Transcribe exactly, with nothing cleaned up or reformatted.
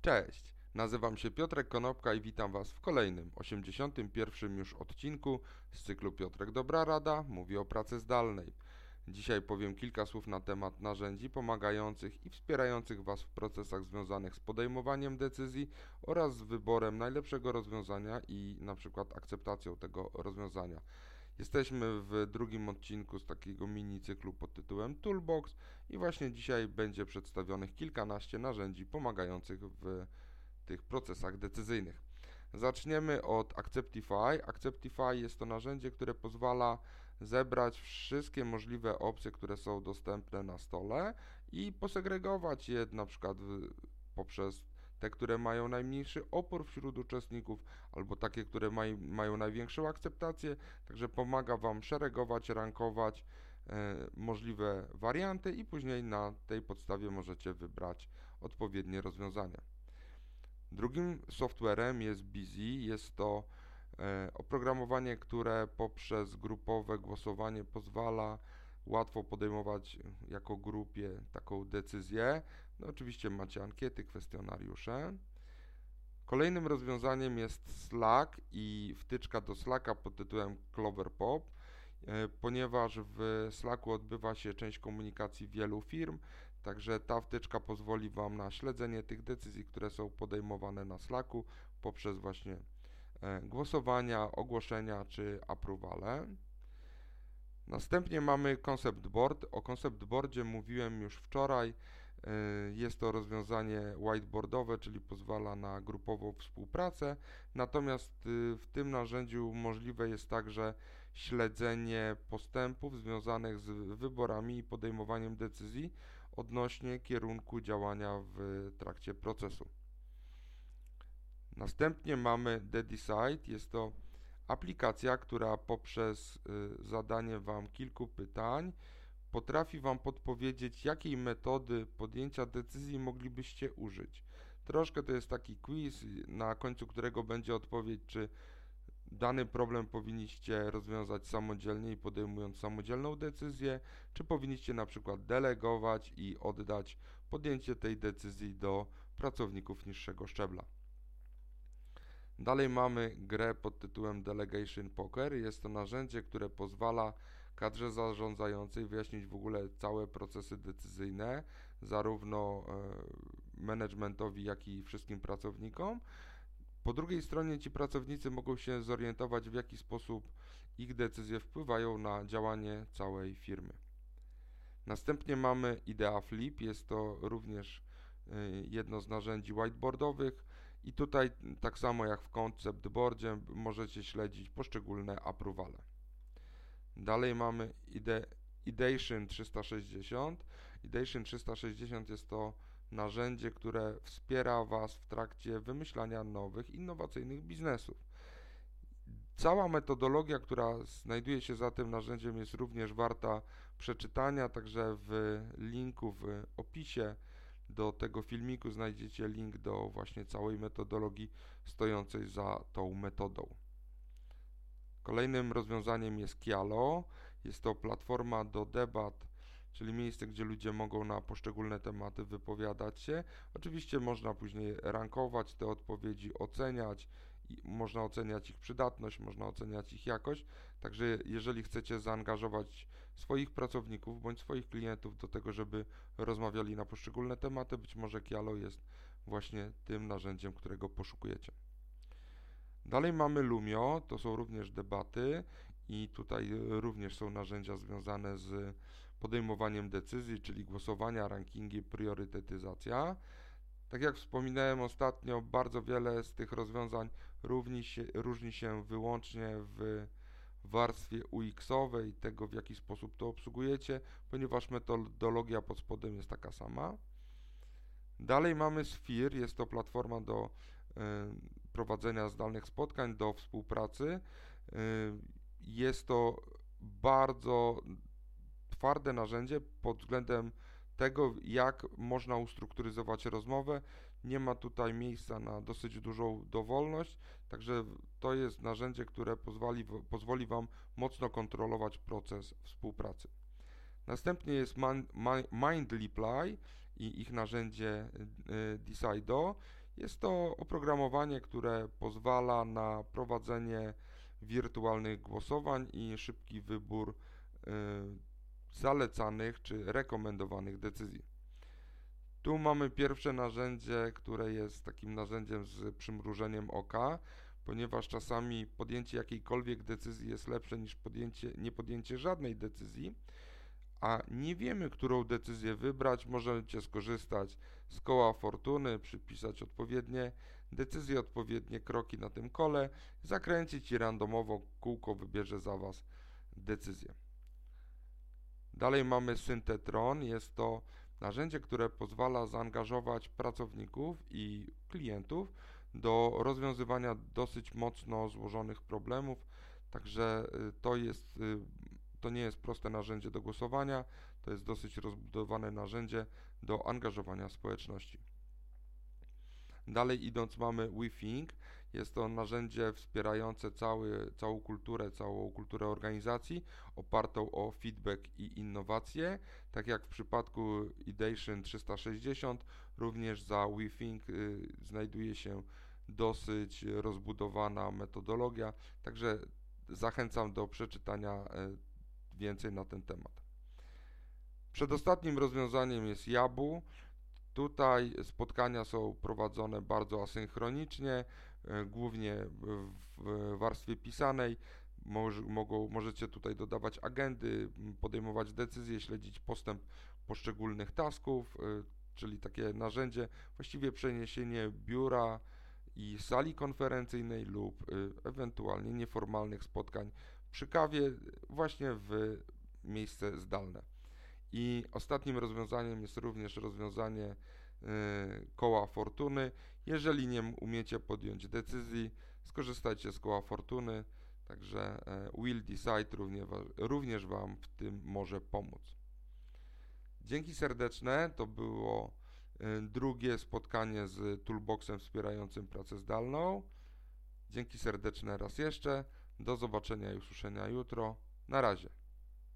Cześć, nazywam się Piotrek Konopka i witam Was w kolejnym, osiemdziesiątym pierwszym już odcinku z cyklu Piotrek Dobra Rada mówi o pracy zdalnej. Dzisiaj powiem kilka słów na temat narzędzi pomagających i wspierających Was w procesach związanych z podejmowaniem decyzji oraz z wyborem najlepszego rozwiązania i na przykład akceptacją tego rozwiązania. Jesteśmy w drugim odcinku z takiego mini cyklu pod tytułem Toolbox i właśnie dzisiaj będzie przedstawionych kilkanaście narzędzi pomagających w tych procesach decyzyjnych. Zaczniemy od Acceptify. Acceptify jest to narzędzie, które pozwala zebrać wszystkie możliwe opcje, które są dostępne na stole i posegregować je na przykład poprzez te, które mają najmniejszy opór wśród uczestników, albo takie, które maj, mają największą akceptację, także pomaga Wam szeregować, rankować e, możliwe warianty i później na tej podstawie możecie wybrać odpowiednie rozwiązania. Drugim softwarem jest Busy. Jest to e, oprogramowanie, które poprzez grupowe głosowanie pozwala łatwo podejmować jako grupie taką decyzję. No, oczywiście macie ankiety, kwestionariusze. Kolejnym rozwiązaniem jest Slack i wtyczka do Slacka pod tytułem CloverPop, e, ponieważ w Slacku odbywa się część komunikacji wielu firm, także ta wtyczka pozwoli Wam na śledzenie tych decyzji, które są podejmowane na Slacku poprzez właśnie e, głosowania, ogłoszenia czy approwale. Następnie mamy Concept Board. O Concept Boardzie mówiłem już wczoraj. Jest to rozwiązanie whiteboardowe, czyli pozwala na grupową współpracę. Natomiast w tym narzędziu możliwe jest także śledzenie postępów związanych z wyborami i podejmowaniem decyzji odnośnie kierunku działania w trakcie procesu. Następnie mamy The Decide. Jest to aplikacja, która poprzez y, zadanie Wam kilku pytań potrafi Wam podpowiedzieć, jakiej metody podjęcia decyzji moglibyście użyć. Troszkę to jest taki quiz, na końcu którego będzie odpowiedź, czy dany problem powinniście rozwiązać samodzielnie i podejmując samodzielną decyzję, czy powinniście na przykład delegować i oddać podjęcie tej decyzji do pracowników niższego szczebla. Dalej mamy grę pod tytułem Delegation Poker. Jest to narzędzie, które pozwala kadrze zarządzającej wyjaśnić w ogóle całe procesy decyzyjne, zarówno managementowi, jak i wszystkim pracownikom. Po drugiej stronie ci pracownicy mogą się zorientować, w jaki sposób ich decyzje wpływają na działanie całej firmy. Następnie mamy Idea Flip. Jest to również jedno z narzędzi whiteboardowych i tutaj tak samo jak w Concept Boardzie możecie śledzić poszczególne approwale. Dalej mamy Ide Ideation trzysta sześćdziesiąt. Ideation trzysta sześćdziesiąt jest to narzędzie, które wspiera Was w trakcie wymyślania nowych, innowacyjnych biznesów. Cała metodologia, która znajduje się za tym narzędziem, jest również warta przeczytania, także w linku w opisie do tego filmiku znajdziecie link do właśnie całej metodologii stojącej za tą metodą. Kolejnym rozwiązaniem jest Kialo. Jest to platforma do debat, czyli miejsce, gdzie ludzie mogą na poszczególne tematy wypowiadać się. Oczywiście można później rankować te odpowiedzi, oceniać, i można oceniać ich przydatność, można oceniać ich jakość. Także jeżeli chcecie zaangażować swoich pracowników bądź swoich klientów do tego, żeby rozmawiali na poszczególne tematy, być może Kialo jest właśnie tym narzędziem, którego poszukujecie. Dalej mamy Lumio, to są również debaty i tutaj również są narzędzia związane z podejmowaniem decyzji, czyli głosowania, rankingi, priorytetyzacja. Tak jak wspominałem ostatnio, bardzo wiele z tych rozwiązań różni się, różni się wyłącznie w warstwie U X-owej, tego w jaki sposób to obsługujecie, ponieważ metodologia pod spodem jest taka sama. Dalej mamy Sphere, jest to platforma do y, prowadzenia zdalnych spotkań, do współpracy. Y, jest to bardzo twarde narzędzie pod względem tego, jak można ustrukturyzować rozmowę. Nie ma tutaj miejsca na dosyć dużą dowolność, także to jest narzędzie, które pozwoli, pozwoli Wam mocno kontrolować proces współpracy. Następnie jest Mindlyply i ich narzędzie Decido. Jest to oprogramowanie, które pozwala na prowadzenie wirtualnych głosowań i szybki wybór y, zalecanych czy rekomendowanych decyzji. Tu mamy pierwsze narzędzie, które jest takim narzędziem z przymrużeniem oka, ponieważ czasami podjęcie jakiejkolwiek decyzji jest lepsze niż podjęcie, nie podjęcie żadnej decyzji, a nie wiemy, którą decyzję wybrać. Możecie skorzystać z koła fortuny, przypisać odpowiednie decyzje, odpowiednie kroki na tym kole, zakręcić i randomowo kółko wybierze za Was decyzję. Dalej mamy Syntetron. Jest to narzędzie, które pozwala zaangażować pracowników i klientów do rozwiązywania dosyć mocno złożonych problemów. Także to jest, to nie jest proste narzędzie do głosowania, to jest dosyć rozbudowane narzędzie do angażowania społeczności. Dalej idąc mamy WeThink. Jest to narzędzie wspierające cały, całą kulturę, całą kulturę organizacji, opartą o feedback i innowacje. Tak jak w przypadku Ideation trzysta sześćdziesiąt, również za WeThink y, znajduje się dosyć rozbudowana metodologia, także zachęcam do przeczytania y, więcej na ten temat. Przedostatnim rozwiązaniem jest Yabu. Tutaj spotkania są prowadzone bardzo asynchronicznie, głównie w warstwie pisanej. Mogą, możecie tutaj dodawać agendy, podejmować decyzje, śledzić postęp poszczególnych tasków, czyli takie narzędzie, właściwie przeniesienie biura i sali konferencyjnej lub ewentualnie nieformalnych spotkań przy kawie właśnie w miejsce zdalne. I ostatnim rozwiązaniem jest również rozwiązanie y, koła fortuny. Jeżeli nie umiecie podjąć decyzji, skorzystajcie z koła fortuny, także y, Will Decide również, również Wam w tym może pomóc. Dzięki serdeczne, to było y, drugie spotkanie z Toolboxem wspierającym pracę zdalną. Dzięki serdeczne raz jeszcze, do zobaczenia i usłyszenia jutro. Na razie.